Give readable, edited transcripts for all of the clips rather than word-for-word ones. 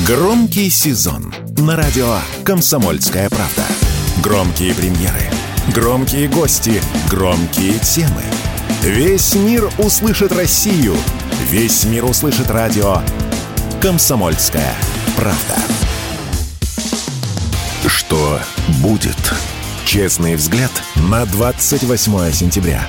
Громкий сезон на радио «Комсомольская правда». Громкие премьеры, громкие гости, громкие темы. Весь мир услышит Россию. Весь мир услышит радио «Комсомольская правда». Что будет? Честный взгляд на 28 сентября.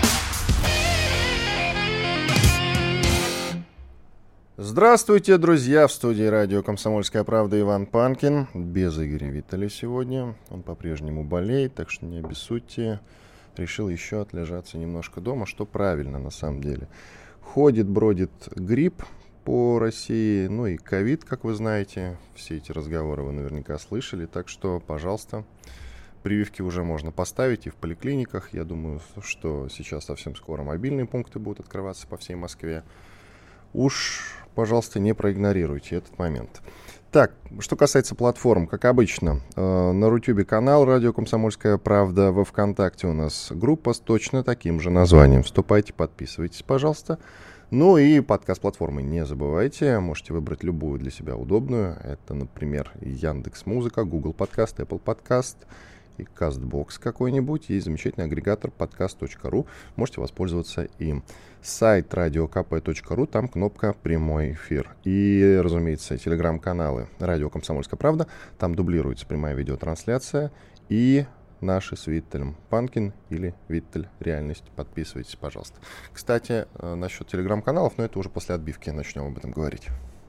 Здравствуйте, друзья! В студии радио «Комсомольская правда» Иван Панкин. Без Игоря Виттеля сегодня. Он по-прежнему болеет, так что не обессудьте. Решил еще отлежаться немножко дома, что правильно на самом деле. Ходит, бродит грипп по России, ну и ковид, как вы знаете. Все эти разговоры вы наверняка слышали, так что, пожалуйста, прививки уже можно поставить и в поликлиниках. Я думаю, что сейчас совсем скоро мобильные пункты будут открываться по всей Москве. Уж, пожалуйста, не проигнорируйте этот момент. Так, что касается платформ, как обычно, на Рутюбе канал «Радио Комсомольская правда», во ВКонтакте у нас группа с точно таким же названием. Вступайте, подписывайтесь, пожалуйста. Ну и подкаст-платформы не забывайте, можете выбрать любую для себя удобную. Это, например, Яндекс.Музыка, Google Подкаст, Apple Подкаст и Castbox какой-нибудь. Есть замечательный агрегатор podcast.ru, можете воспользоваться им. Сайт radiokp.ru, там кнопка «Прямой эфир». И, разумеется, телеграм-каналы «Радио Комсомольская правда», там дублируется прямая видеотрансляция. И наши с Виттелем Панкин или Виттель Реальность. Подписывайтесь, пожалуйста. Кстати, насчет телеграм-каналов, но это уже после отбивки начнем об этом говорить.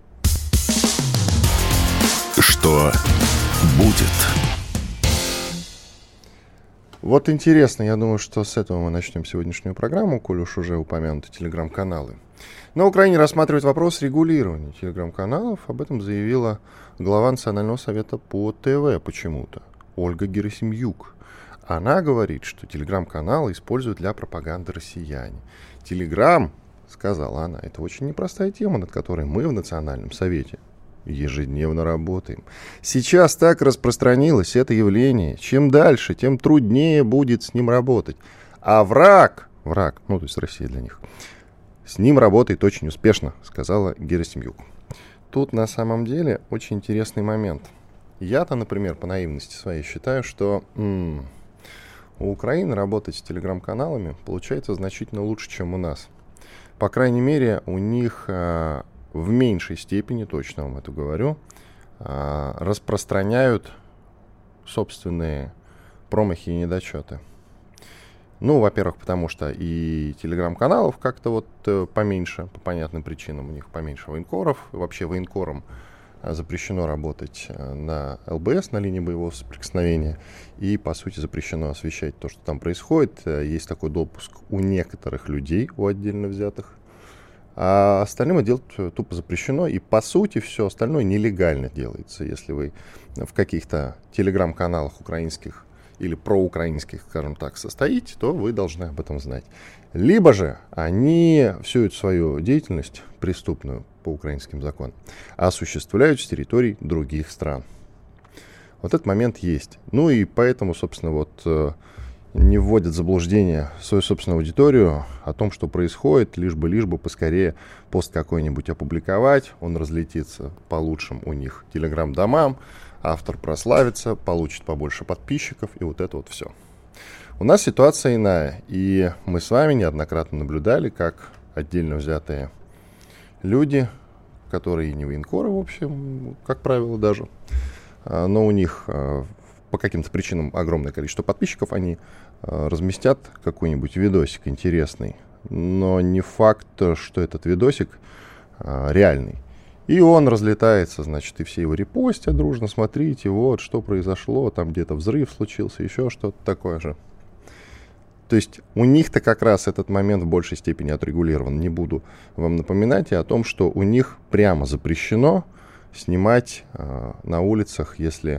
Что будет? Вот интересно, я думаю, что с этого мы начнем сегодняшнюю программу, коль уж уже упомянуты телеграм-каналы. На Украине рассматривают вопрос регулирования телеграм-каналов. Об этом заявила глава Национального совета по ТВ почему-то, Ольга Герасим'юк. Она говорит, что телеграм-каналы используют для пропаганды россияне. Телеграм, сказала она, это очень непростая тема, над которой мы в Национальном совете ежедневно работаем. Сейчас так распространилось это явление. Чем дальше, тем труднее будет с ним работать. А враг, ну то есть Россия для них, с ним работает очень успешно, сказала Герасим'юк. Тут на самом деле очень интересный момент. Я-то, например, по наивности своей считаю, что у Украины работать с телеграм-каналами получается значительно лучше, чем у нас. По крайней мере, у них в меньшей степени, точно вам это говорю, распространяют собственные промахи и недочеты. Ну, во-первых, потому что и телеграм-каналов как-то вот поменьше, по понятным причинам, у них поменьше военкоров. Вообще военкорам запрещено работать на ЛБС, на линии боевого соприкосновения, и, по сути, запрещено освещать то, что там происходит. Есть такой допуск у некоторых людей, у отдельно взятых. А остальным делать тупо запрещено, и, по сути, все остальное нелегально делается. Если вы в каких-то телеграм-каналах украинских или проукраинских, скажем так, состоите, то вы должны об этом знать. Либо же они всю эту свою деятельность преступную по украинским законам осуществляют с территорий других стран. Вот этот момент есть. Ну и поэтому, собственно, вот не вводят в заблуждение свою собственную аудиторию о том, что происходит, лишь бы поскорее пост какой-нибудь опубликовать, он разлетится по лучшим у них телеграм-домам, автор прославится, получит побольше подписчиков, и вот это вот все. У нас ситуация иная, и мы с вами неоднократно наблюдали, как отдельно взятые люди, которые не военкоры, в общем, как правило даже, но у них по каким-то причинам огромное количество подписчиков, они разместят какой-нибудь видосик интересный, но не факт, что этот видосик реальный. И он разлетается, значит, и все его репостят дружно, смотрите, вот, что произошло, там где-то взрыв случился, еще что-то такое же. То есть у них-то как раз этот момент в большей степени отрегулирован. Не буду вам напоминать и о том, что у них прямо запрещено снимать на улицах, если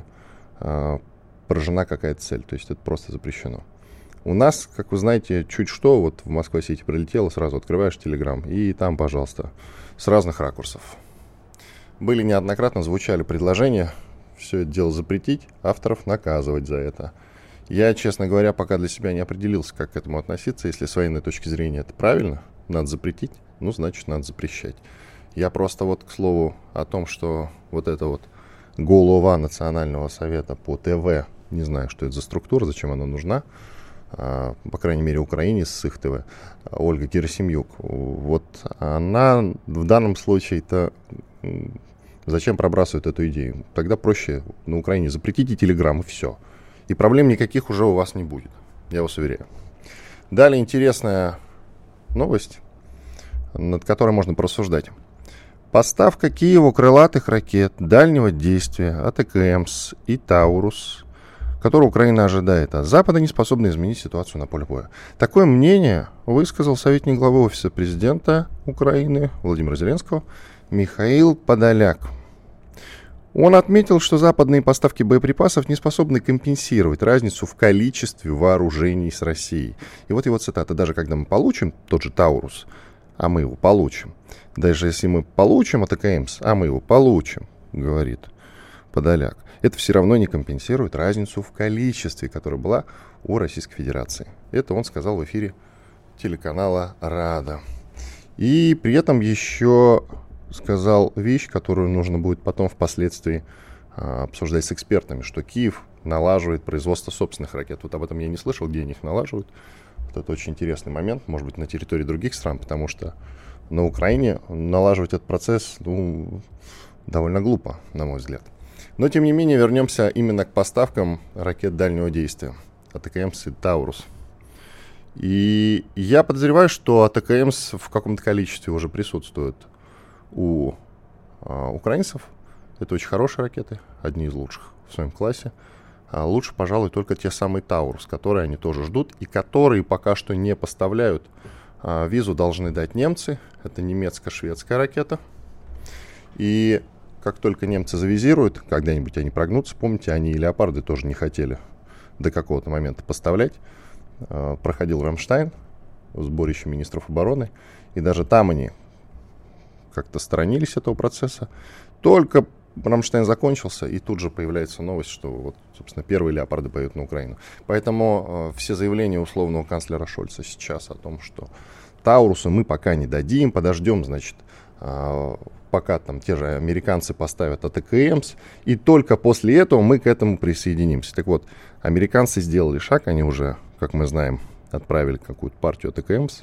поражена какая-то цель. То есть это просто запрещено. У нас, как вы знаете, чуть что, вот в Москва-Сити прилетело, сразу открываешь Телеграм, и там, пожалуйста, с разных ракурсов. Были неоднократно, звучали предложения все это дело запретить, авторов наказывать за это. Я, честно говоря, пока для себя не определился, как к этому относиться. Если с военной точки зрения это правильно, надо запретить, ну, значит, надо запрещать. Я просто вот, к слову, о том, что вот это вот голова Национального совета по ТВ, не знаю, что это за структура, зачем она нужна, по крайней мере, Украине с их ТВ, Ольга Герасимюк, вот она в данном случае-то зачем пробрасывает эту идею? Тогда проще на Украине запретите Телеграм и все. И проблем никаких уже у вас не будет, я вас уверяю. Далее интересная новость, над которой можно порассуждать. Поставка Киеву крылатых ракет дальнего действия АТКМС и Таурус, которую Украина ожидает, а Запада не способны изменить ситуацию на поле боя. Такое мнение высказал советник главы Офиса президента Украины Владимира Зеленского Михаил Подоляк. Он отметил, что западные поставки боеприпасов не способны компенсировать разницу в количестве вооружений с Россией. И вот его цитата: «Даже когда мы получим тот же Таурус, а мы его получим, даже если мы получим АТКМС, а мы его получим, говорит Подоляк, это все равно не компенсирует разницу в количестве, которая была у Российской Федерации». Это он сказал в эфире телеканала «Рада». И при этом еще сказал вещь, которую нужно будет потом впоследствии обсуждать с экспертами, что Киев налаживает производство собственных ракет. Вот об этом я не слышал, где они их налаживают. Вот это очень интересный момент, может быть, на территории других стран, потому что на Украине налаживать этот процесс, довольно глупо, на мой взгляд. Но, тем не менее, вернемся именно к поставкам ракет дальнего действия АТКМС и Таурус. И я подозреваю, что АТКМС в каком-то количестве уже присутствует у украинцев. Это очень хорошие ракеты, одни из лучших в своем классе. Лучше, пожалуй, только те самые Таурус, которые они тоже ждут и которые пока что не поставляют. Визу должны дать немцы. Это немецко-шведская ракета. И как только немцы завизируют, когда-нибудь они прогнутся. Помните, они и Леопарды тоже не хотели до какого-то момента поставлять. Проходил Рамштайн, сборище министров обороны, и даже там они как-то сторонились этого процесса. Только Рамштайн закончился, и тут же появляется новость, что вот, собственно, первые Леопарды поедут на Украину. Поэтому все заявления условного канцлера Шольца сейчас о том, что Таурусу мы пока не дадим, подождем, значит, пока там те же американцы поставят АТКМС, и только после этого мы к этому присоединимся. Так вот, американцы сделали шаг, они уже, как мы знаем, отправили какую-то партию АТКМС.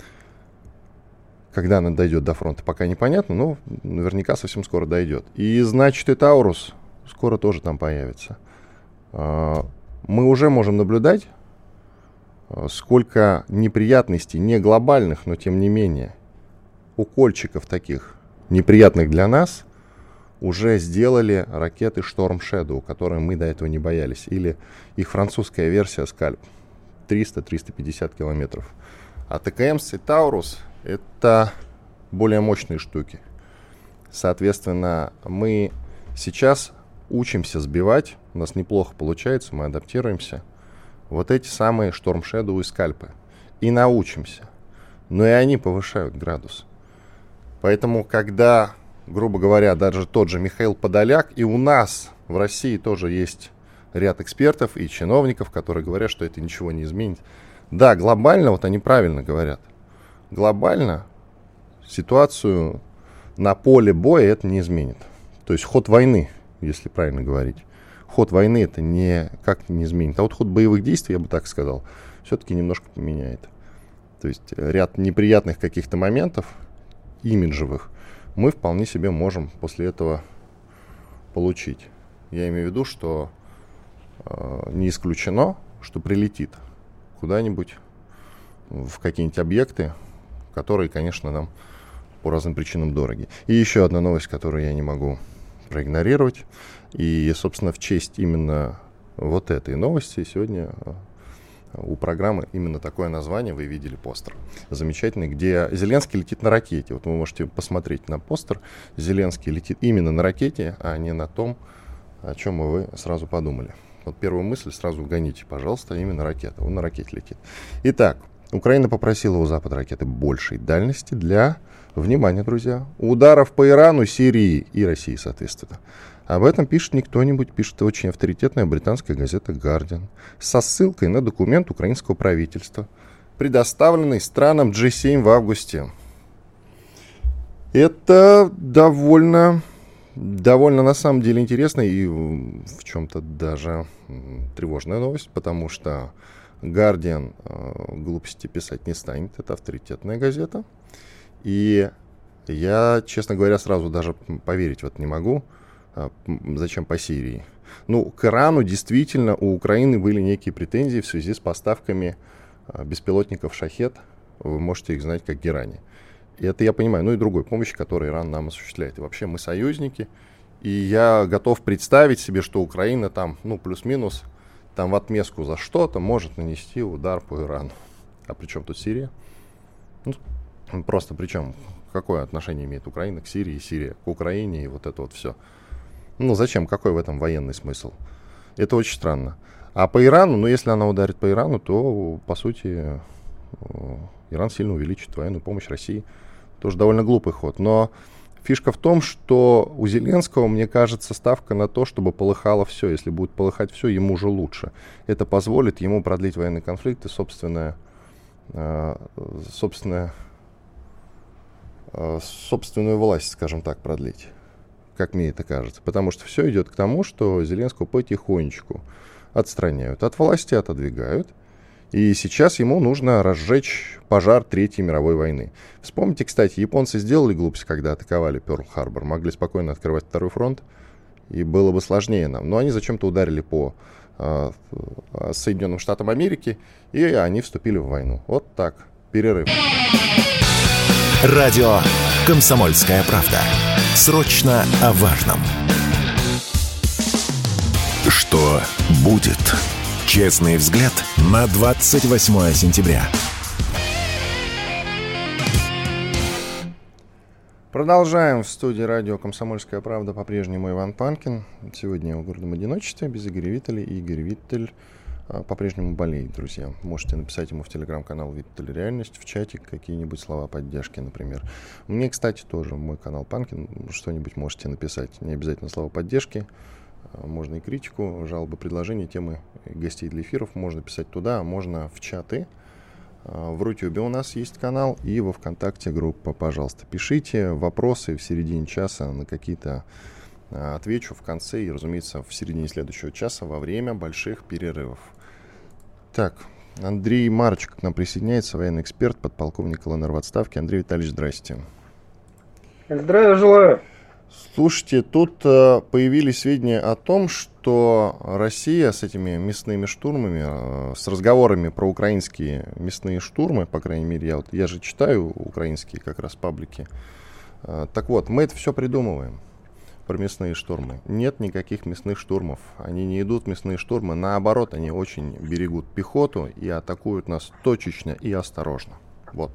Когда она дойдет до фронта, пока непонятно, но наверняка совсем скоро дойдет. И значит, и Таурус скоро тоже там появится. Мы уже можем наблюдать, сколько неприятностей, не глобальных, но тем не менее, укольчиков таких, неприятных для нас, уже сделали ракеты Storm Shadow, которые мы до этого не боялись. Или их французская версия Scalp. 300-350 километров. АТКМС и Таурус — это более мощные штуки. Соответственно, мы сейчас учимся сбивать, у нас неплохо получается, мы адаптируемся. Вот эти самые Storm Shadow и скальпы. И научимся. Но и они повышают градус. Поэтому, когда, грубо говоря, даже тот же Михаил Подоляк, и у нас в России тоже есть ряд экспертов и чиновников, которые говорят, что это ничего не изменит. Да, глобально, вот они правильно говорят, глобально ситуацию на поле боя это не изменит. То есть ход войны, если правильно говорить, ход войны это никак не изменит. А вот ход боевых действий, я бы так сказал, все-таки немножко поменяет. То есть ряд неприятных каких-то моментов, имиджевых, мы вполне себе можем после этого получить. Я имею в виду, что не исключено, что прилетит куда-нибудь в какие-нибудь объекты, которые, конечно, нам по разным причинам дороги. И еще одна новость, которую я не могу проигнорировать. И, собственно, в честь именно вот этой новости сегодня у программы именно такое название. Вы видели постер замечательный, где Зеленский летит на ракете. Вот вы можете посмотреть на постер. Зеленский летит именно на ракете, а не на том, о чем вы сразу подумали. Вот первую мысль сразу гоните, пожалуйста, именно ракета. Он на ракете летит. Итак, Украина попросила у Запада ракеты большей дальности для, внимание, друзья, ударов по Ирану, Сирии и России, соответственно. Об этом пишет не кто-нибудь, пишет очень авторитетная британская газета «Гардиан» со ссылкой на документ украинского правительства, предоставленный странам G7 в августе. Это довольно Довольно, на самом деле, интересная и в чем-то даже тревожная новость, потому что Guardian глупости писать не станет, это авторитетная газета. И я, честно говоря, сразу даже поверить в это не могу. Зачем по Сирии? Ну, к Ирану действительно у Украины были некие претензии в связи с поставками беспилотников «Шахед». Вы можете их знать как Герани. И это я понимаю. Ну и другой помощи, которую Иран нам осуществляет. И вообще мы союзники. И я готов представить себе, что Украина там, ну, плюс-минус, там в отместку за что-то может нанести удар по Ирану. А при чем тут Сирия? Ну, просто причем, какое отношение имеет Украина к Сирии, Сирия к Украине и вот это вот все. Ну, зачем? Какой в этом военный смысл? Это очень странно. А по Ирану, ну, если она ударит по Ирану, то, по сути, Иран сильно увеличит военную помощь России. Тоже довольно глупый ход. Но фишка в том, что у Зеленского, мне кажется, ставка на то, чтобы полыхало все. Если будет полыхать все, ему же лучше. Это позволит ему продлить военный конфликт и собственную власть, скажем так, продлить. Как мне это кажется. Потому что все идет к тому, что Зеленского потихонечку отстраняют от власти, отодвигают. И сейчас ему нужно разжечь пожар Третьей мировой войны. Вспомните, кстати, японцы сделали глупость, когда атаковали Пёрл-Харбор. Могли спокойно открывать второй фронт, и было бы сложнее нам. Но они зачем-то ударили по Соединенным Штатам Америки, и они вступили в войну. Вот так. Перерыв. Радио «Комсомольская правда». Срочно о важном. Что будет? Честный взгляд на 28 сентября. Продолжаем. В студии радио «Комсомольская правда» по-прежнему Иван Панкин. Сегодня в гордом одиночестве, без Игоря Виттеля. И Игорь Виттель по-прежнему болеет, друзья. Можете написать ему в телеграм-канал «Виттель Реальность», в чатик какие-нибудь слова поддержки, например. Мне, кстати, тоже мой канал Панкин. Что-нибудь можете написать. Не обязательно слова поддержки. Можно и критику, жалобы, предложения, темы гостей для эфиров. Можно писать туда, а можно в чаты. В Рутюбе у нас есть канал и во ВКонтакте группа. Пожалуйста, пишите вопросы в середине часа, на какие-то отвечу в конце и, разумеется, в середине следующего часа во время больших перерывов. Так, Андрей Марчик к нам присоединяется, военный эксперт, подполковник ЛНР в отставке. Андрей Витальевич, здрасте. Здравия желаю. Слушайте, тут появились сведения о том, что Россия с этими мясными штурмами, с разговорами про украинские мясные штурмы, по крайней мере, я же читаю украинские как раз паблики. Так вот, мы это все придумываем про мясные штурмы. Нет никаких мясных штурмов. Они не идут мясные штурмы. Наоборот, они очень берегут пехоту и атакуют нас точечно и осторожно. Вот.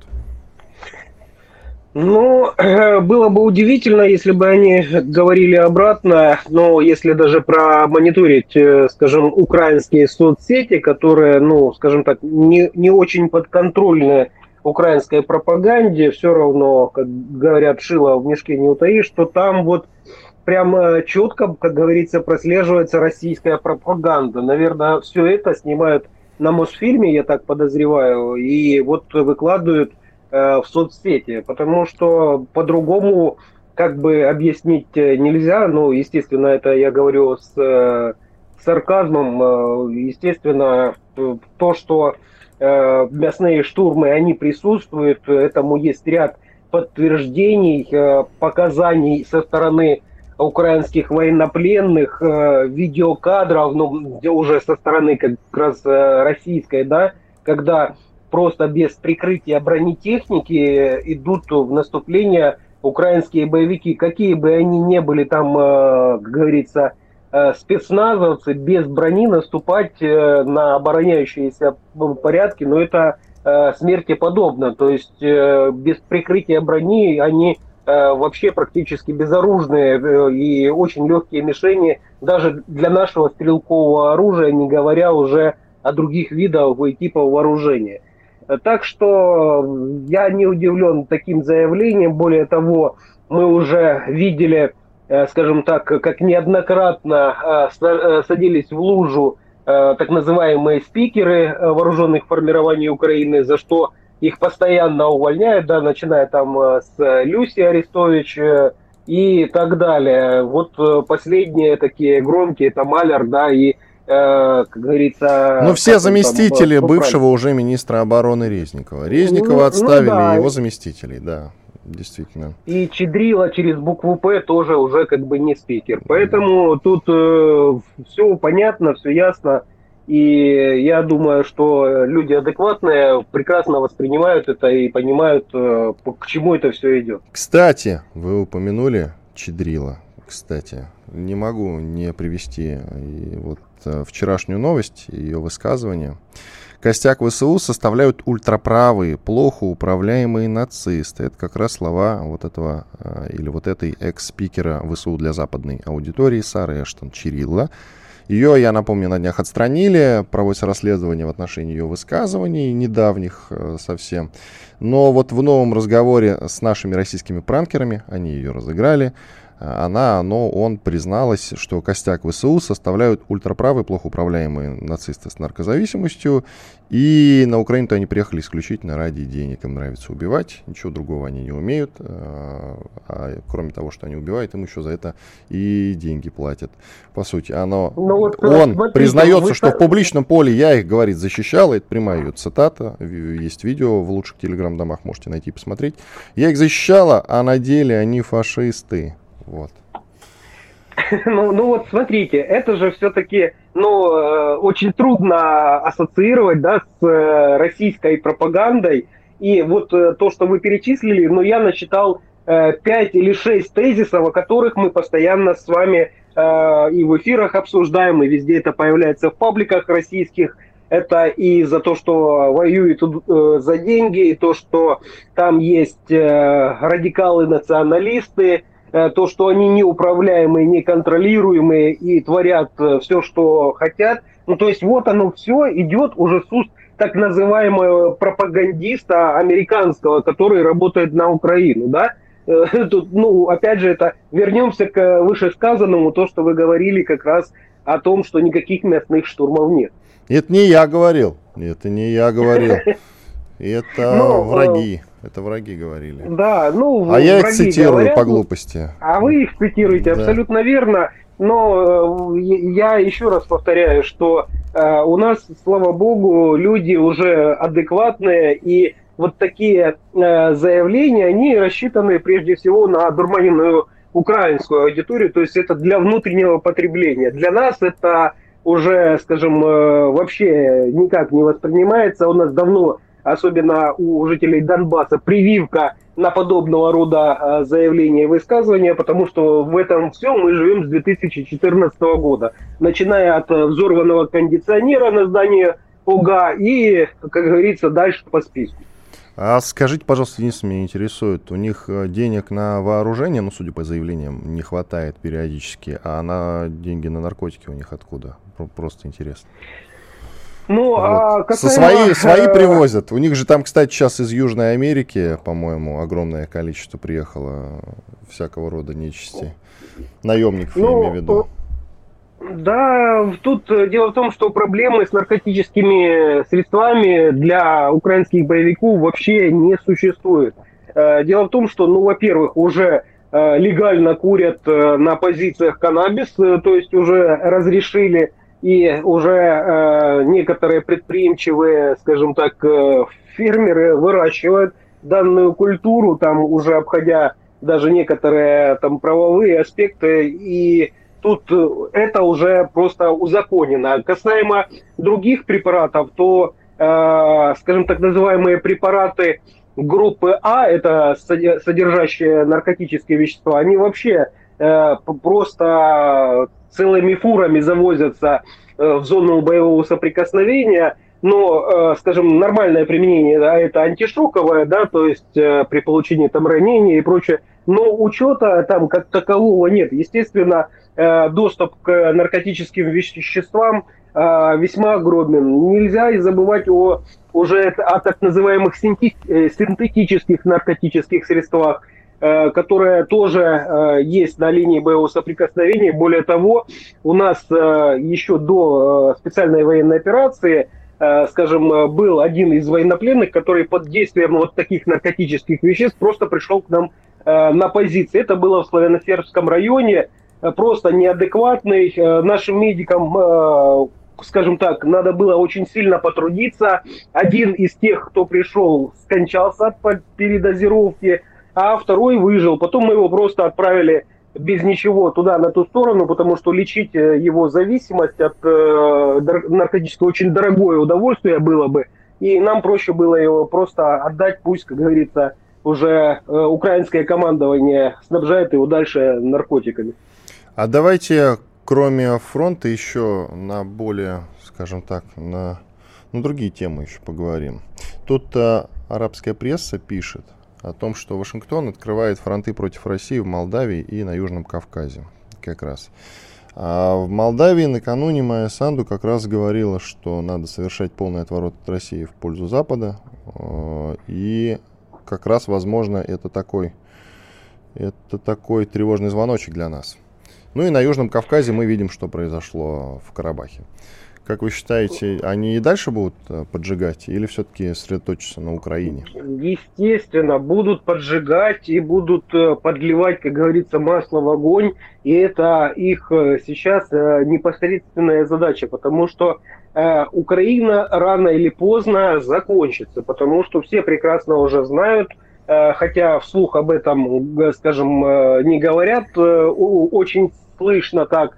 Ну, было бы удивительно, если бы они говорили обратно, но если даже промониторить, скажем, украинские соцсети, которые, ну, скажем так, не очень подконтрольны украинской пропаганде, все равно, как говорят, шило в мешке не утаишь, что там вот прямо четко, как говорится, прослеживается российская пропаганда. Наверное, все это снимают на Мосфильме, я так подозреваю, и вот выкладывают в соцсети, потому что по-другому как бы объяснить нельзя. Ну, естественно, это я говорю с сарказмом. Естественно, то, что мясные штурмы, они присутствуют, этому есть ряд подтверждений, показаний со стороны украинских военнопленных, видеокадров, ну, где уже со стороны как раз российской, да, когда просто без прикрытия бронетехники идут в наступление украинские боевики, какие бы они ни были там, как говорится, спецназовцы, без брони наступать на обороняющиеся порядки, но это смерти подобно. То есть без прикрытия брони они вообще практически безоружные и очень легкие мишени даже для нашего стрелкового оружия, не говоря уже о других видах и типах вооружения. Так что я не удивлен таким заявлением. Более того, мы уже видели, скажем так, как неоднократно садились в лужу так называемые спикеры вооруженных формирований Украины, за что их постоянно увольняют, да, начиная там с Люси Арестович, и так далее. Вот последние такие громкие, это Маляр, да, и, как говорится... Ну, все заместители там, бывшего уже министра обороны Резникова. Резникова отставили, да. его заместителей, да, действительно. И Чедрила через букву «П» тоже уже как бы не спикер. Поэтому тут все понятно, все ясно. И я думаю, что люди адекватные прекрасно воспринимают это и понимают, к чему это все идет. Кстати, вы упомянули Чедрила. Кстати, не могу не привести и вот вчерашнюю новость, ее высказывание. Костяк ВСУ составляют ультраправые, плохо управляемые нацисты. Это как раз слова вот этого, или вот этой экс-спикера ВСУ для западной аудитории Сары Эштон Чирилла. Ее, я напомню, на днях отстранили, проводится расследование в отношении ее высказываний, недавних совсем. Но вот в новом разговоре с нашими российскими пранкерами, они ее разыграли, он призналась, что костяк ВСУ составляют ультраправые, плохо управляемые нацисты с наркозависимостью, и на Украину-то они приехали исключительно ради денег, им нравится убивать, ничего другого они не умеют, кроме того, что они убивают, им еще за это и деньги платят. По сути, он признается, что в публичном поле я их, говорит, защищал, это прямая ее цитата, есть видео в лучших телеграм-домах, можете найти и посмотреть. Я их защищала, а на деле они фашисты. Вот. Ну вот смотрите, это же все-таки очень трудно ассоциировать, да, с российской пропагандой. И вот то, что вы перечислили, я насчитал 5 или 6 тезисов, о которых мы постоянно с вами и в эфирах обсуждаем, и везде это появляется в пабликах российских. Это и за то, что воюют за деньги, и то, что там есть радикалы-националисты, то, что они неуправляемые, неконтролируемые и творят все, что хотят. То есть вот оно все идет уже с уст так называемого пропагандиста американского, который работает на Украину, да. Тут, опять же, вернемся к вышесказанному, то, что вы говорили как раз о том, что никаких мясных штурмов нет. Это не я говорил. Это не я говорил. Это враги. Это враги говорили. Да, а я их цитирую говорят, по глупости. А вы их цитируете, да. Абсолютно верно. Но я еще раз повторяю, что у нас, слава богу, люди уже адекватные, и вот такие заявления, они рассчитаны прежде всего на одурманенную украинскую аудиторию, то есть это для внутреннего потребления. Для нас это уже, скажем, вообще никак не воспринимается. У нас давно, особенно у жителей Донбасса, прививка на подобного рода заявления и высказывания, потому что в этом всем мы живем с 2014 года, начиная от взорванного кондиционера на здании ОГА и, как говорится, дальше по списку. А скажите, пожалуйста, единственное, меня интересует, у них денег на вооружение, судя по заявлениям, не хватает периодически, а деньги на наркотики у них откуда? Просто интересно. Свои привозят. У них же там, кстати, сейчас из Южной Америки, по-моему, огромное количество приехало всякого рода нечисти. Наемников, я имею в виду. Да, тут дело в том, что проблемы с наркотическими средствами для украинских боевиков вообще не существует. Дело в том, что, во-первых, уже легально курят на позициях каннабис, то есть уже разрешили, и уже некоторые предприимчивые, скажем так, фермеры выращивают данную культуру, там уже обходя даже некоторые там правовые аспекты, и тут это уже просто узаконено. Касаемо других препаратов, то, скажем так, называемые препараты группы А, это содержащие наркотические вещества, они вообще просто целыми фурами завозятся в зону боевого соприкосновения. Но, скажем, нормальное применение, да, это антишоковое, да, то есть при получении там ранения и прочее. Но учета там как такового нет. Естественно, доступ к наркотическим веществам весьма огромен. Нельзя и забывать о так называемых синтетических наркотических средствах, которые тоже есть на линии боевого соприкосновения. Более того, у нас еще до специальной военной операции, скажем, был один из военнопленных, который под действием вот таких наркотических веществ просто пришел к нам на позиции. Это было в Славяно-Сербском районе, просто неадекватный. Нашим медикам, скажем так, надо было очень сильно потрудиться. Один из тех, кто пришел, скончался от передозировки, а второй выжил. Потом мы его просто отправили без ничего туда, на ту сторону, потому что лечить его зависимость от наркотического очень дорогое удовольствие было бы. И нам проще было его просто отдать, пусть, как говорится, уже украинское командование снабжает его дальше наркотиками. А давайте, кроме фронта, еще на более, скажем так, на другие темы еще поговорим. Тут арабская пресса пишет о том, что Вашингтон открывает фронты против России в Молдавии и на Южном Кавказе. Как раз. А в Молдавии накануне Майя Санду как раз говорила, что надо совершать полный отворот от России в пользу Запада. И как раз, возможно, это такой тревожный звоночек для нас. Ну и на Южном Кавказе мы видим, что произошло в Карабахе. Как вы считаете, они и дальше будут поджигать или все-таки сосредоточатся на Украине? Естественно, будут поджигать и будут подливать, как говорится, масло в огонь. И это их сейчас непосредственная задача, потому что Украина рано или поздно закончится, потому что все прекрасно уже знают, хотя вслух об этом, скажем, не говорят, очень слышно так,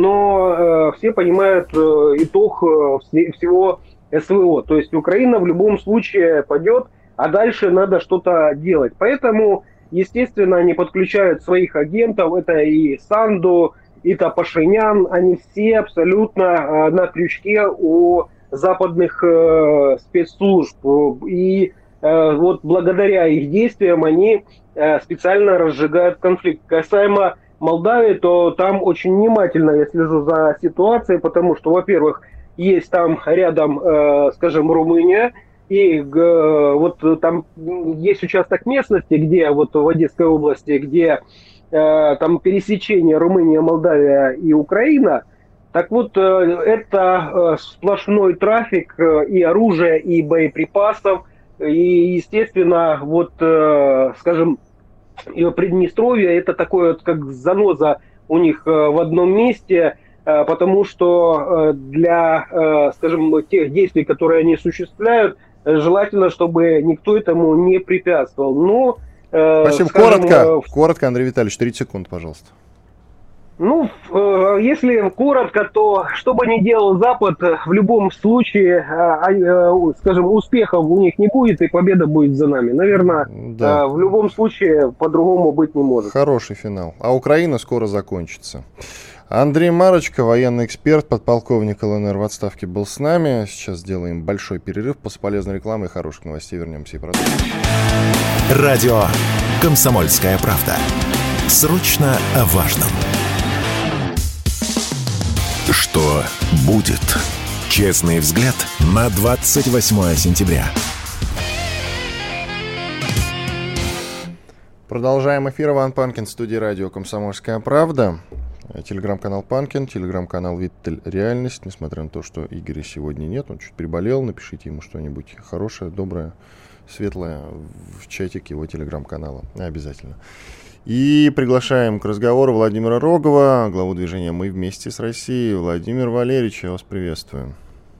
но все понимают итог всего СВО. То есть Украина в любом случае падет, а дальше надо что-то делать. Поэтому, естественно, они подключают своих агентов, это и Санду, и Пашинян, они все абсолютно на крючке у западных спецслужб. И вот благодаря их действиям они специально разжигают конфликт. Касаемо Молдавии, то там очень внимательно я слежу за ситуацией, потому что, во-первых, есть там рядом, скажем, Румыния, и вот там есть участок местности, где вот в Одесской области, где там пересечение Румыния, Молдавия и Украина. Так вот, это сплошной трафик и оружия, и боеприпасов, и, естественно, вот, скажем, Приднестровье это такое вот как заноза у них в одном месте, потому что для, скажем, тех действий, которые они осуществляют, желательно, чтобы никто этому не препятствовал. Но, спасибо. Скажем, коротко, Андрей Витальевич, 30 секунд, пожалуйста. Ну, если коротко, то что бы ни делал Запад, в любом случае, скажем, успехов у них не будет, и победа будет за нами. Наверное, да. В любом случае по-другому быть не может. Хороший финал. А Украина скоро закончится. Андрей Марочко, военный эксперт, подполковник ЛНР в отставке, был с нами. Сейчас сделаем большой перерыв. После полезной рекламы и хороших новостей вернемся и продолжим. Радио «Комсомольская правда». Срочно о важном. Что будет? Честный взгляд на 28 сентября. Продолжаем эфир. Иван Панкин, студия радио «Комсомольская правда». Телеграм-канал Панкин, телеграм-канал Виттель Реальность. Несмотря на то, что Игоря сегодня нет, он чуть приболел. Напишите ему что-нибудь хорошее, доброе, светлое в чатик его телеграм-канала. Обязательно. И приглашаем к разговору Владимира Рогова, главу движения «Мы вместе с Россией». Владимир Валерьевич, я вас приветствую.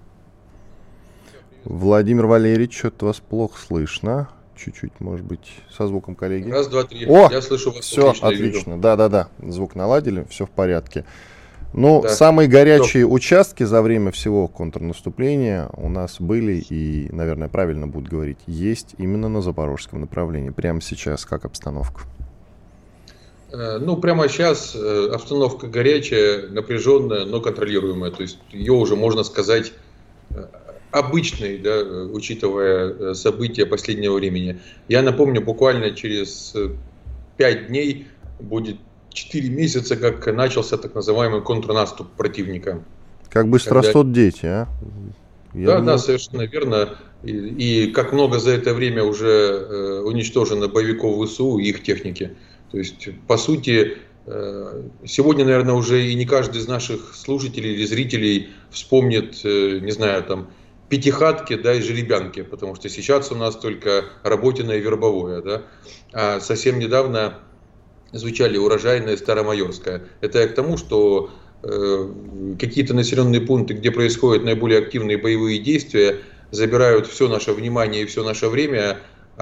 Владимир Валерьевич, что-то вас плохо слышно. Чуть-чуть, может быть, со звуком коллеги. Раз, два, три. О, я слышу вас. Все отлично. Да. Звук наладили, все в порядке. Ну, да. Самые горячие участки за время всего контрнаступления у нас были, и, наверное, правильно будут говорить, есть именно на запорожском направлении. Прямо сейчас как обстановка? Ну, прямо сейчас обстановка горячая, напряженная, но контролируемая. То есть ее уже можно сказать обычной, да, учитывая события последнего времени. Я напомню, буквально через 5 дней будет 4 месяца, как начался так называемый контрнаступ противника. Как быстро растут дети, а? Да, совершенно верно. И как много за это время уже уничтожено боевиков ВСУ и их техники. То есть, по сути, сегодня, наверное, уже и не каждый из наших слушателей или зрителей вспомнит, не знаю, там, пятихатки, да, и жеребянки, потому что сейчас у нас только Работино и Вербовое, да, а совсем недавно звучали Урожайное, Старомайорское. Это я к тому, что какие-то населенные пункты, где происходят наиболее активные боевые действия, забирают все наше внимание и все наше время,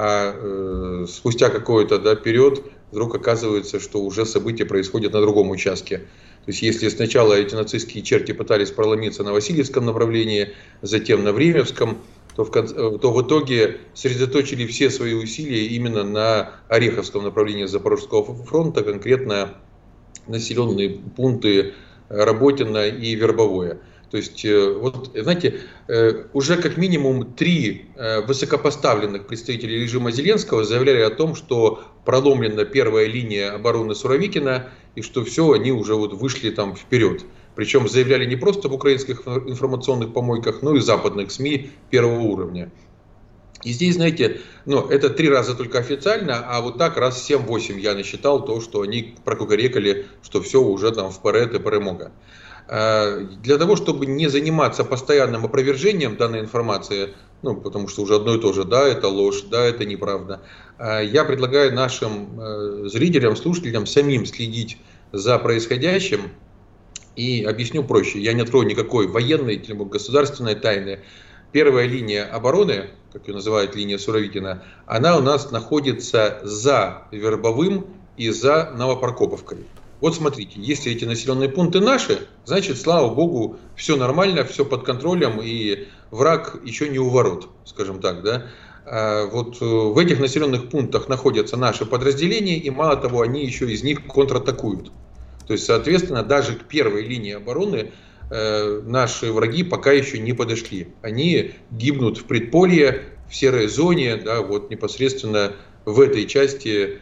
а спустя какой-то, да, период вдруг оказывается, что уже события происходят на другом участке. То есть если сначала эти нацистские черти пытались проломиться на Васильевском направлении, затем на Времевском, то в итоге сосредоточили все свои усилия именно на Ореховском направлении Запорожского фронта, конкретно населенные пункты Работино и Вербовое. То есть, вот, знаете, уже как минимум 3 высокопоставленных представителей режима Зеленского заявляли о том, что проломлена первая линия обороны Суровикина, и что все, они уже вот вышли там вперед. Причем заявляли не просто в украинских информационных помойках, но и западных СМИ первого уровня. И здесь, знаете, это 3 раза только официально, а вот так раз 7-8 я насчитал то, что они прокукарекали, что все уже там вперед и перемога. Для того, чтобы не заниматься постоянным опровержением данной информации, потому что уже одно и то же, да, это ложь, да, это неправда, я предлагаю нашим зрителям, слушателям самим следить за происходящим. И объясню проще, я не открою никакой военной или государственной тайны. Первая линия обороны, как ее называют, линия Суровикина, она у нас находится за Вербовым и за Новопрокоповкой. Вот смотрите, если эти населенные пункты наши, значит, слава богу, все нормально, все под контролем, и враг еще не у ворот, скажем так, да. Вот в этих населенных пунктах находятся наши подразделения, и мало того, они еще из них контратакуют. То есть, соответственно, даже к первой линии обороны наши враги пока еще не подошли. Они гибнут в предполье, в серой зоне, да, вот непосредственно в этой части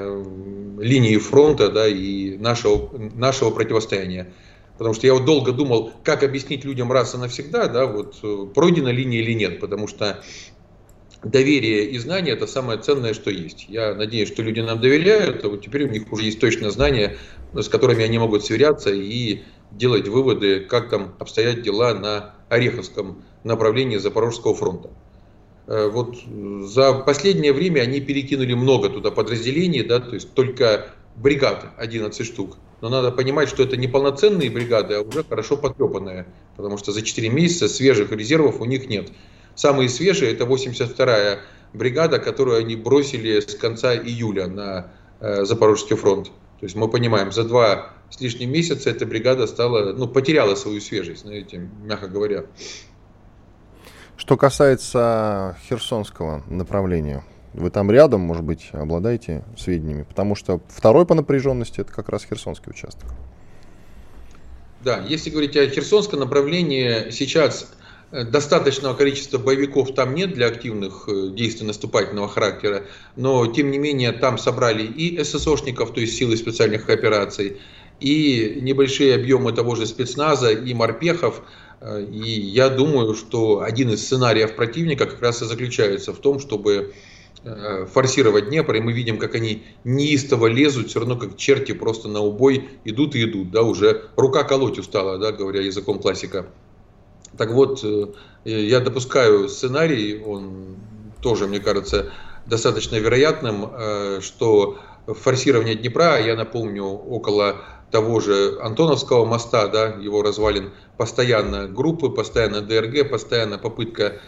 линии фронта, да, и нашего противостояния. Потому что я вот долго думал, как объяснить людям раз и навсегда, да, вот пройдена линия или нет, потому что доверие и знание — это самое ценное, что есть. Я надеюсь, что люди нам доверяют, а вот теперь у них уже есть точное знание, с которыми они могут сверяться и делать выводы, как там обстоят дела на Ореховском направлении Запорожского фронта. Вот за последнее время они перекинули много туда подразделений, да, то есть только бригад 11 штук. Но надо понимать, что это не полноценные бригады, а уже хорошо потрепанные, потому что за 4 месяца свежих резервов у них нет. Самые свежие — это 82-я бригада, которую они бросили с конца июля на Запорожский фронт. То есть мы понимаем, за 2 с лишним месяца эта бригада потеряла свою свежесть, знаете, мягко говоря. Что касается Херсонского направления, вы там рядом, может быть, обладаете сведениями? Потому что второй по напряженности — это как раз Херсонский участок. Да, если говорить о Херсонском направлении, сейчас достаточного количества боевиков там нет для активных действий наступательного характера, но тем не менее там собрали и ССОшников, то есть силы специальных операций, и небольшие объемы того же спецназа, и морпехов. И я думаю, что один из сценариев противника как раз и заключается в том, чтобы форсировать Днепр, и мы видим, как они неистово лезут, все равно как черти просто на убой идут и идут, да, уже рука колоть устала, да, говоря языком классика. Так вот, я допускаю сценарий, он тоже, мне кажется, достаточно вероятным, что форсирование Днепра, я напомню, около того же Антоновского моста, да, его развалин, постоянно группы, постоянно ДРГ, постоянно попытка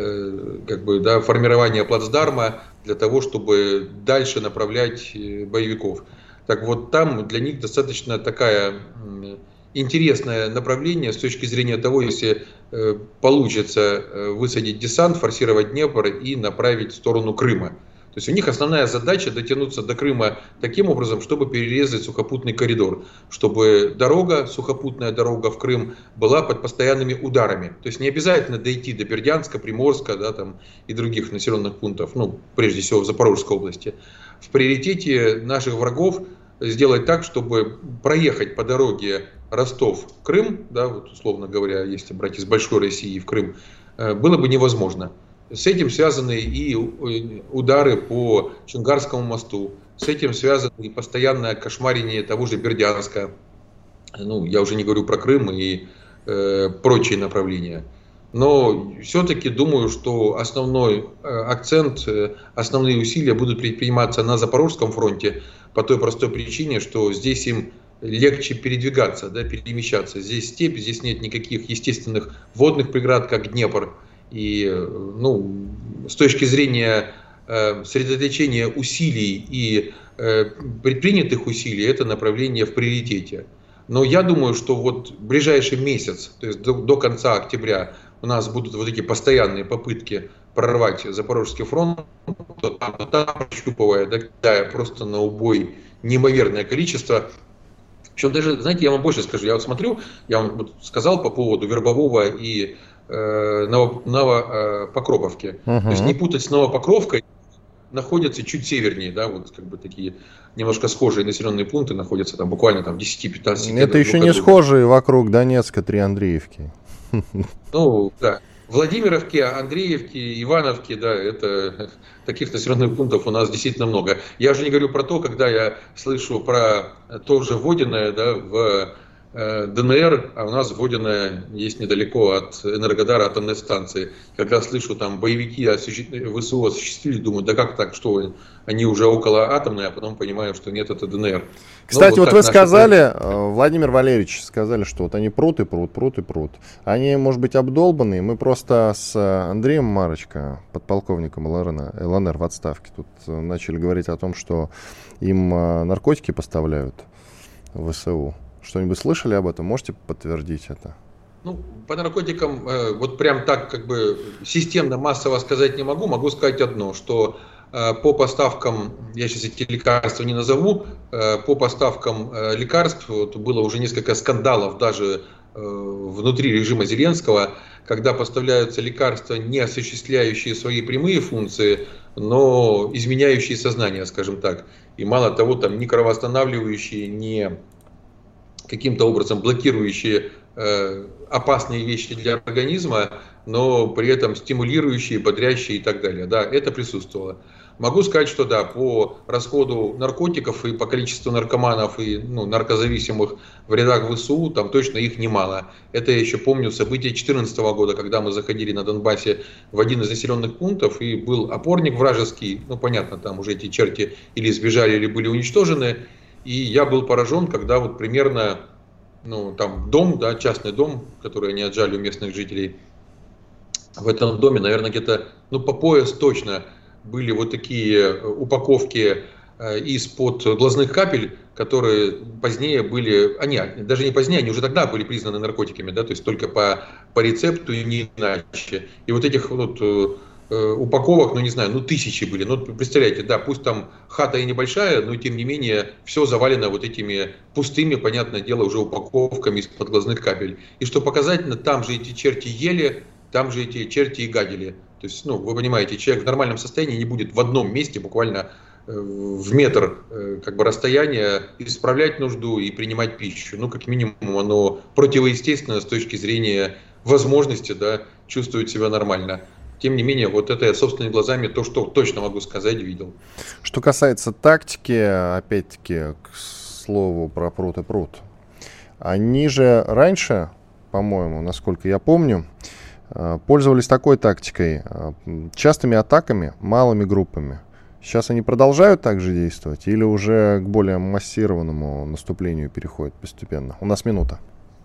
формирования плацдарма для того, чтобы дальше направлять боевиков. Так вот, там для них достаточно такая интересное направление с точки зрения того, если получится высадить десант, форсировать Днепр и направить в сторону Крыма. То есть у них основная задача дотянуться до Крыма таким образом, чтобы перерезать сухопутный коридор, чтобы сухопутная дорога в Крым была под постоянными ударами. То есть не обязательно дойти до Бердянска, Приморска, да, там, и других населенных пунктов, прежде всего в Запорожской области. В приоритете наших врагов сделать так, чтобы проехать по дороге Ростов-Крым, да, вот условно говоря, если брать из большой России в Крым, было бы невозможно. С этим связаны и удары по Чонгарскому мосту, с этим связано и постоянное кошмарение того же Бердянска. Я уже не говорю про Крым и прочие направления. Но все-таки думаю, что основной акцент, основные усилия будут предприниматься на Запорожском фронте по той простой причине, что здесь им легче передвигаться, да, перемещаться. Здесь степь, здесь нет никаких естественных водных преград, как Днепр. И с точки зрения сосредоточения усилий и предпринятых усилий, это направление в приоритете. Но я думаю, что вот ближайший месяц, то есть до конца октября, у нас будут вот эти постоянные попытки прорвать Запорожский фронт, там прощупывая, да, просто на убой неимоверное количество. Причем даже, знаете, я вам больше скажу, я вот смотрю, я вам вот сказал по поводу Вербового и Новопокроповки. То есть не путать с Новопокровкой, находятся чуть севернее, да, вот как бы такие немножко схожие населенные пункты находятся там буквально там 10-15 Это еще не схожие вокруг Донецка 3 Андреевки. Ну, да. Владимировки, Андреевки, Ивановки, да, это таких населенных пунктов у нас действительно много. Я уже не говорю про то, когда я слышу про тоже Водяное, да, в ДНР, а у нас Водяное есть недалеко от Энергодара, от станции. Когда слышу, там боевики ВСУ осуществили, думаю, да как так, что они уже около атомной, а потом понимаю, что нет, это ДНР. Кстати, вот вы сказали, Владимир Валерьевич, сказали, что вот они прут и прут. Они, может быть, обдолбанные. Мы просто с Андреем Марочко, подполковником ЛНР в отставке, тут начали говорить о том, что им наркотики поставляют в ВСУ. Что-нибудь слышали об этом? Можете подтвердить это? Ну, по наркотикам вот прям так как бы системно, массово сказать не могу. Могу сказать одно, что по поставкам, я сейчас эти лекарства не назову, по поставкам лекарств вот, было уже несколько скандалов даже внутри режима Зеленского, когда поставляются лекарства, не осуществляющие свои прямые функции, но изменяющие сознание, скажем так. И мало того, там не кровоостанавливающие, не каким-то образом блокирующие опасные вещи для организма, но при этом стимулирующие, бодрящие и так далее. Да, это присутствовало. Могу сказать, что да, по расходу наркотиков и по количеству наркоманов и наркозависимых в рядах ВСУ, там точно их немало. Это я еще помню события 2014 года, когда мы заходили на Донбассе в один из населенных пунктов, и был опорник вражеский, понятно, там уже эти черти или сбежали, или были уничтожены. И я был поражен, когда вот примерно, там дом, да, частный дом, который они отжали у местных жителей, в этом доме, наверное, где-то, по пояс точно были вот такие упаковки из-под глазных капель, которые позднее были, даже не позднее, они уже тогда были признаны наркотиками, да, то есть только по рецепту и не иначе. И вот этих упаковок, тысячи были. Представляете, да, пусть там хата и небольшая, но тем не менее все завалено вот этими пустыми, понятное дело, уже упаковками из-под глазных капель. И что показательно, там же эти черти ели, там же эти черти и гадили. То есть, вы понимаете, человек в нормальном состоянии не будет в одном месте буквально в метр расстояния исправлять нужду и принимать пищу. Как минимум оно противоестественно с точки зрения возможности, да, чувствовать себя нормально. Тем не менее, вот это я собственными глазами, то, что точно могу сказать, видел. Что касается тактики, опять-таки, к слову про прут и прут. Они же раньше, по-моему, насколько я помню, пользовались такой тактикой, частыми атаками, малыми группами. Сейчас они продолжают так же действовать или уже к более массированному наступлению переходят постепенно? У нас минута.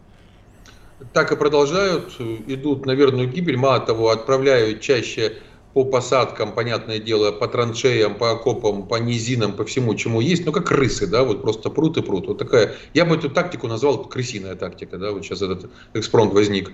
Так и продолжают, идут на верную гибель, мало того, отправляют чаще по посадкам, понятное дело, по траншеям, по окопам, по низинам, по всему, чему есть, как крысы, да, вот просто прут и прут. Вот такая, я бы эту тактику назвал крысиная тактика, да, вот сейчас этот экспромт возник.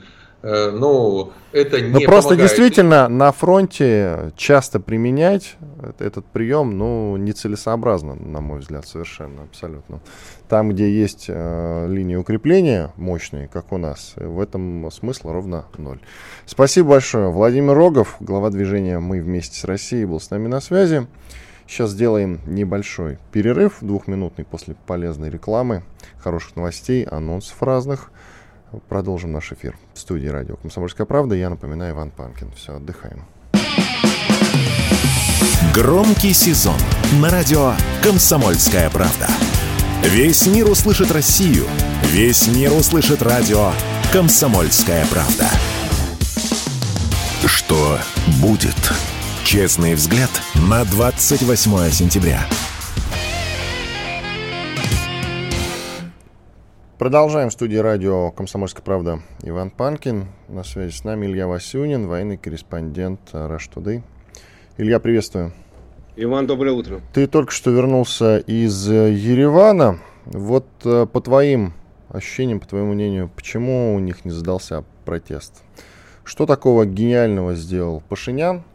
Но это не просто помогает. Действительно на фронте часто применять этот прием, нецелесообразно, на мой взгляд, совершенно, абсолютно. Там, где есть линии укрепления мощные, как у нас, в этом смысла ровно ноль. Спасибо большое. Владимир Рогов, глава движения «Мы вместе с Россией», был с нами на связи. Сейчас сделаем небольшой перерыв, 2-минутный, после полезной рекламы, хороших новостей, анонсов разных. Продолжим наш эфир в студии радио «Комсомольская правда». Я напоминаю, Иван Панкин. Все, отдыхаем. Громкий сезон на радио «Комсомольская правда». Весь мир услышит Россию. Весь мир услышит радио «Комсомольская правда». что будет? Честный взгляд на 28 сентября. Продолжаем. В студии радио «Комсомольская правда» Иван Панкин. На связи с нами Илья Васюнин, военный корреспондент Rush Today. Илья, приветствую. Иван, доброе утро. Ты только что вернулся из Еревана. Вот по твоим ощущениям, по твоему мнению, почему у них не задался протест? Что такого гениального сделал Пашинян,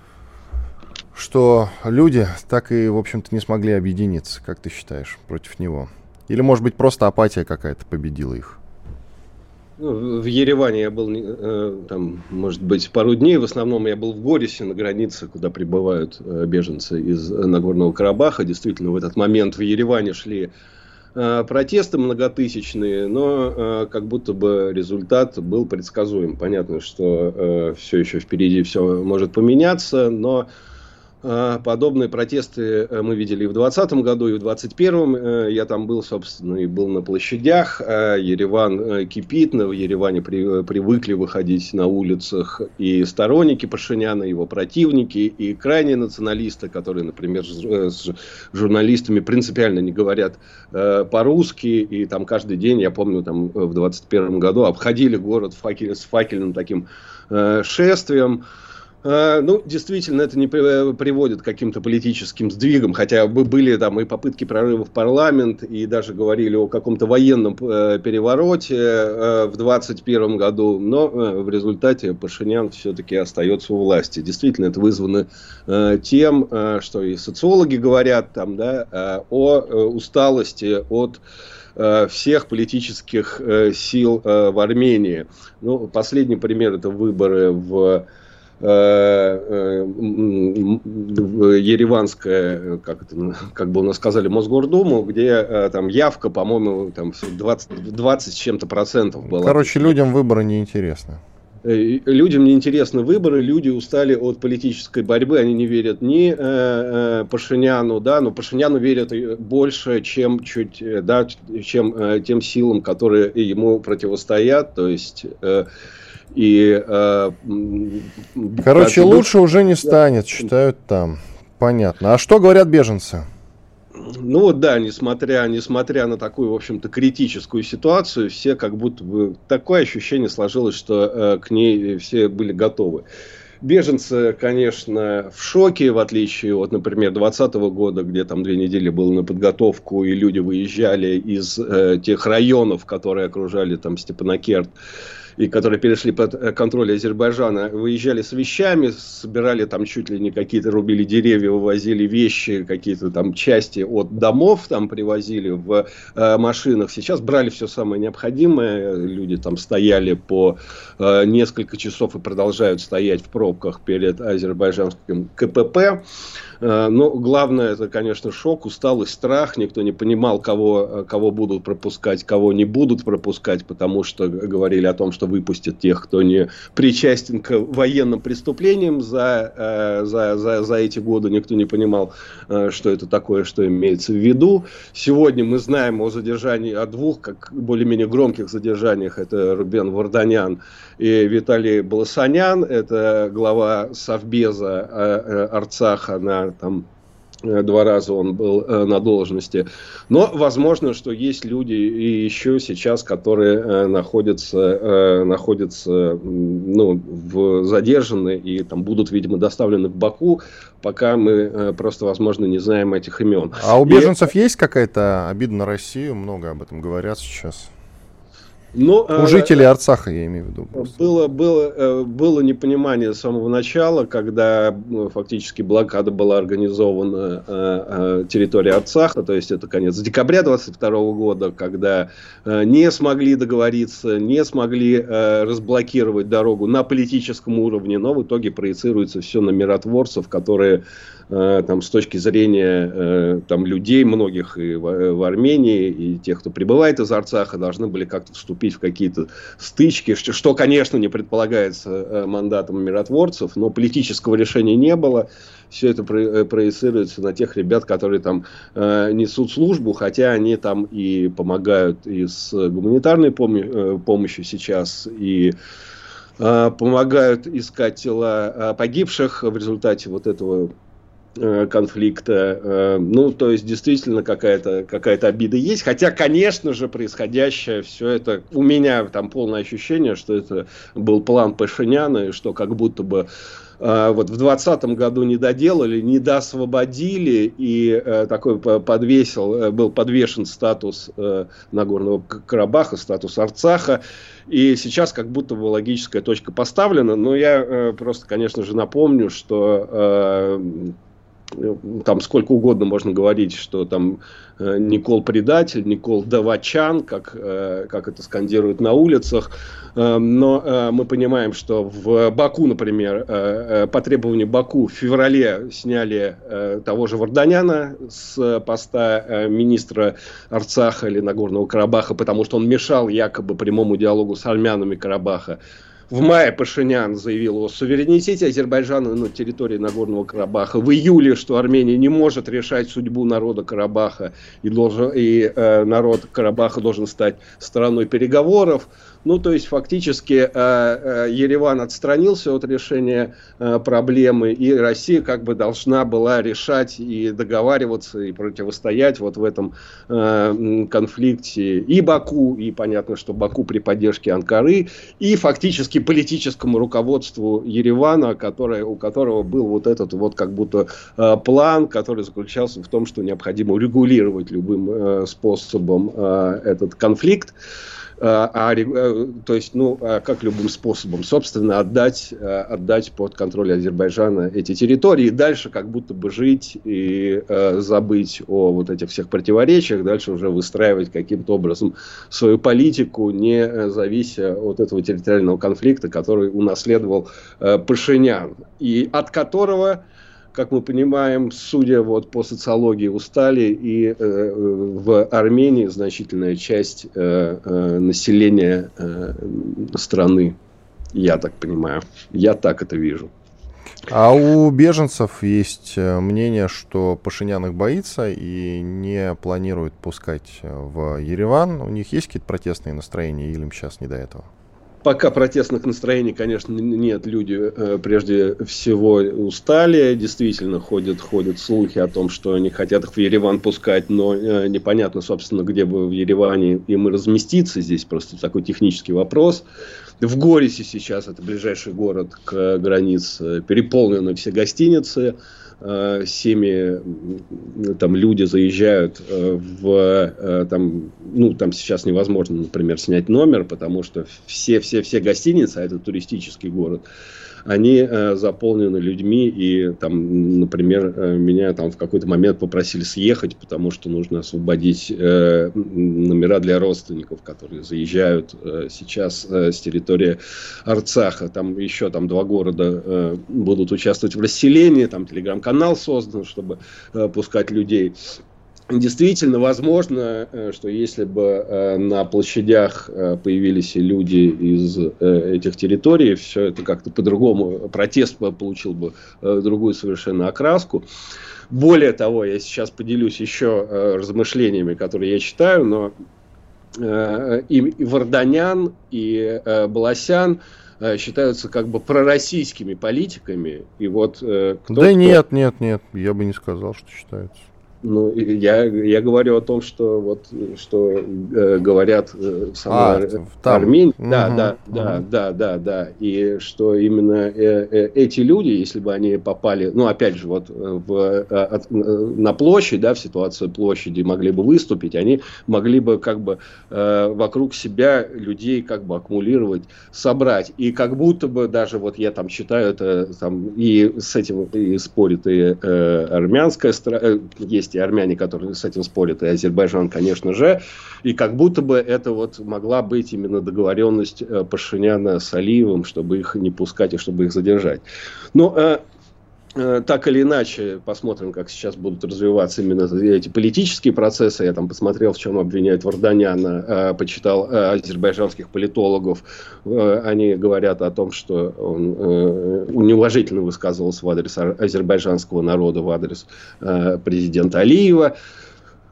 что люди так и, в общем-то, не смогли объединиться, как ты считаешь, против него? Или, может быть, просто апатия какая-то победила их? В Ереване я был, там, может быть, пару дней. В основном я был в Горисе, на границе, куда прибывают беженцы из Нагорного Карабаха. Действительно, в этот момент в Ереване шли протесты многотысячные, но как будто бы результат был предсказуем. Понятно, что все еще впереди все может поменяться, но подобные протесты мы видели и в 2020 году, и в 2021. Я там был, собственно, и был на площадях. Ереван кипит, в Ереване привыкли выходить на улицах и сторонники Пашиняна, его противники, и крайние националисты, которые, например, с журналистами принципиально не говорят по-русски. И там каждый день, я помню, там в 2021 году обходили город с факельным таким шествием. Ну, действительно, это не приводит к каким-то политическим сдвигам, хотя бы были там и попытки прорыва в парламент, и даже говорили о каком-то военном перевороте в 2021 году, но в результате Пашинян все-таки остается у власти. Действительно, это вызвано тем, что и социологи говорят там, да, о усталости от всех политических сил в Армении. Ну, последний пример — это выборы в ереванское, как бы у нас сказали, Мосгордуму, где там явка, по-моему, там 20 с чем-то процентов была. Короче, людям выборы неинтересны. Людям неинтересны выборы, люди устали от политической борьбы, они не верят ни Пашиняну, да, но Пашиняну верят больше, чем тем силам, которые ему противостоят, то есть... Короче, лучше уже не станет, считают там. Понятно. А что говорят беженцы? Ну вот да, несмотря на такую, в общем-то, критическую ситуацию, все как будто бы такое ощущение сложилось, что к ней все были готовы. Беженцы, конечно, в шоке, в отличие от, например, 2020 года, где там 2 недели было на подготовку, и люди выезжали из тех районов, которые окружали там Степанакерт, и которые перешли под контроль Азербайджана, выезжали с вещами, собирали там чуть ли не какие-то, рубили деревья, вывозили вещи, какие-то там части от домов там привозили в машинах. Сейчас брали все самое необходимое, люди там стояли по несколько часов и продолжают стоять в пробках перед азербайджанским КПП. Но главное, это, конечно, шок, усталость, страх. Никто не понимал, кого будут пропускать, кого не будут пропускать, потому что говорили о том, что выпустят тех, кто не причастен к военным преступлениям за эти годы. Никто не понимал, что это такое, что имеется в виду. Сегодня мы знаем о задержании, о 2 как более-менее громких задержаниях. Это Рубен Варданян и Виталий Баласанян. Это глава Совбеза Арцаха на там 2 раза он был на должности. Но возможно, что есть люди и еще сейчас, которые находятся задержаны и там будут, видимо, доставлены в Баку, пока мы просто, возможно, не знаем этих имен. А у беженцев есть какая-то обида на Россию? Много об этом говорят сейчас. Но, у жителей Арцаха, я имею в виду. Было непонимание с самого начала, когда фактически блокада была организована территории Арцаха, то есть это конец декабря 2022 года, когда не смогли договориться, не смогли разблокировать дорогу на политическом уровне, но в итоге проецируется все на миротворцев, которые там, с точки зрения там, людей многих и в Армении, и тех, кто прибывает из Арцаха, должны были как-то вступить в какие-то стычки, что, конечно, не предполагается мандатом миротворцев, но политического решения не было. Все это проецируется на тех ребят, которые там несут службу, хотя они там и помогают и с гуманитарной помощью сейчас, и помогают искать тела погибших в результате вот этого конфликта. Ну, то есть, действительно, какая-то обида есть. Хотя, конечно же, происходящее, все это... У меня там полное ощущение, что это был план Пашиняна, и что как будто бы вот в 2020 году не доделали, не доосвободили, и такой был подвешен статус Нагорного Карабаха, статус Арцаха. И сейчас как будто бы логическая точка поставлена. Но я просто, конечно же, напомню, что... там сколько угодно можно говорить, что там Никол предатель, Никол давачан, как это скандируют на улицах. Но мы понимаем, что в Баку, например, по требованию Баку в феврале сняли того же Варданяна с поста министра Арцаха или Нагорного Карабаха, потому что он мешал якобы прямому диалогу с армянами Карабаха. В мае Пашинян заявил о суверенитете Азербайджана на территории Нагорного Карабаха. В июле, что Армения не может решать судьбу народа Карабаха, и народ Карабаха должен стать стороной переговоров. Ну, то есть, фактически, Ереван отстранился от решения проблемы, и Россия как бы должна была решать и договариваться, и противостоять вот в этом конфликте и Баку, и понятно, что Баку при поддержке Анкары, и фактически политическому руководству Еревана, у которого был вот этот вот как будто план, который заключался в том, что необходимо урегулировать любым способом этот конфликт. То есть, как любым способом, собственно, отдать под контроль Азербайджана эти территории и дальше как будто бы жить и забыть о вот этих всех противоречиях, дальше уже выстраивать каким-то образом свою политику, не завися от этого территориального конфликта, который унаследовал Пашинян, и от которого, как мы понимаем, судя вот по социологии, устали и в Армении значительная часть населения страны. Я так понимаю. Я так это вижу. А у беженцев есть мнение, что Пашинян их боится и не планирует пускать в Ереван. У них есть какие-то протестные настроения или им сейчас не до этого? Пока протестных настроений, конечно, нет. Люди прежде всего устали. Действительно, ходят слухи о том, что они хотят их в Ереван пускать, но непонятно, собственно, где бы в Ереване им и разместиться. Здесь просто такой технический вопрос. В Горисе сейчас, это ближайший город к границе, переполнены все гостиницы. Семьи, там люди заезжают там сейчас невозможно, например, снять номер, потому что все гостиницы, а это туристический город, они заполнены людьми, и там, например, меня там в какой-то момент попросили съехать, потому что нужно освободить номера для родственников, которые заезжают сейчас с территории Арцаха. Там еще 2 города будут участвовать в расселении, там телеграм-канал создан, чтобы пускать людей. Действительно, возможно, что если бы на площадях появились люди из этих территорий, все это как-то по-другому, протест получил бы другую совершенно окраску. Более того, я сейчас поделюсь еще размышлениями, которые я читаю, но и Варданян, и Баласян считаются как бы пророссийскими политиками. И вот нет, я бы не сказал, что считаются. Ну, я говорю о том, что говорят сама Армения, да, и что именно эти люди, если бы они попали, опять же, на площадь, в ситуацию площади могли бы выступить, они могли бы как бы вокруг себя людей как бы аккумулировать, собрать, и как будто бы даже я там читаю это там и с этим и спорит и армянская сторона, есть и армяне, которые с этим спорят, и Азербайджан, конечно же. И как будто бы это могла быть именно договоренность Пашиняна с Алиевым, чтобы их не пускать и чтобы их задержать. Но так или иначе, посмотрим, как сейчас будут развиваться именно эти политические процессы. Я там посмотрел, в чем обвиняют Варданяна, почитал азербайджанских политологов. Они говорят о том, что он неуважительно высказывался в адрес азербайджанского народа, в адрес президента Алиева.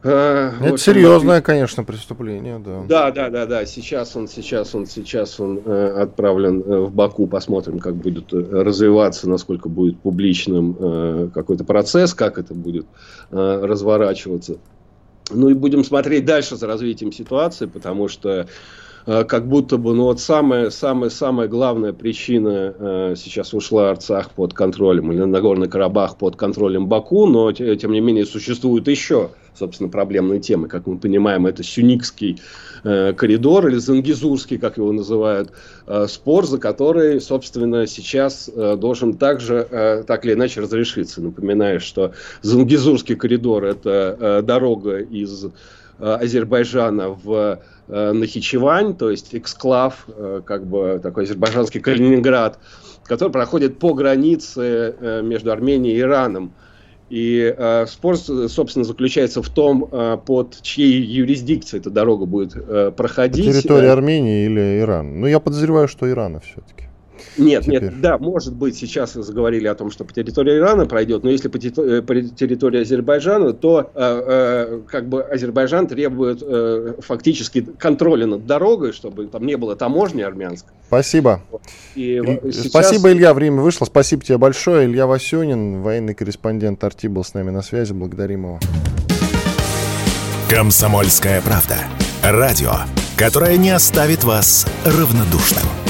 Это серьезное, конечно, преступление, да. Да. Сейчас он отправлен в Баку. Посмотрим, как будет развиваться, насколько будет публичным какой-то процесс, как это будет разворачиваться. Ну и будем смотреть дальше за развитием ситуации, потому что как будто бы, самая главная причина сейчас ушла Арцах под контролем, или Нагорный Карабах под контролем Баку, но, тем не менее, существуют еще, собственно, проблемные темы. Как мы понимаем, это Сюникский коридор, или Зангезурский, как его называют, спор, за который, собственно, сейчас должен также, так или иначе, разрешиться. Напоминаю, что Зангезурский коридор – это дорога из Азербайджана в Нахичевань, то есть эксклав, как бы такой азербайджанский Калининград, который проходит по границе между Арменией и Ираном. И спор, собственно, заключается в том, под чьей юрисдикцией эта дорога будет проходить. Территория Армении или Иран? Ну, я подозреваю, что Ирана все-таки. Нет, да, может быть, сейчас заговорили о том, что по территории Ирана пройдет, но если по территории Азербайджана, то как бы Азербайджан требует фактически контроля над дорогой, чтобы там не было таможни армянской. Спасибо. Спасибо, Илья, время вышло. Спасибо тебе большое. Илья Васюнин, военный корреспондент Арти, был с нами на связи. Благодарим его. «Комсомольская правда». Радио, которое не оставит вас равнодушным.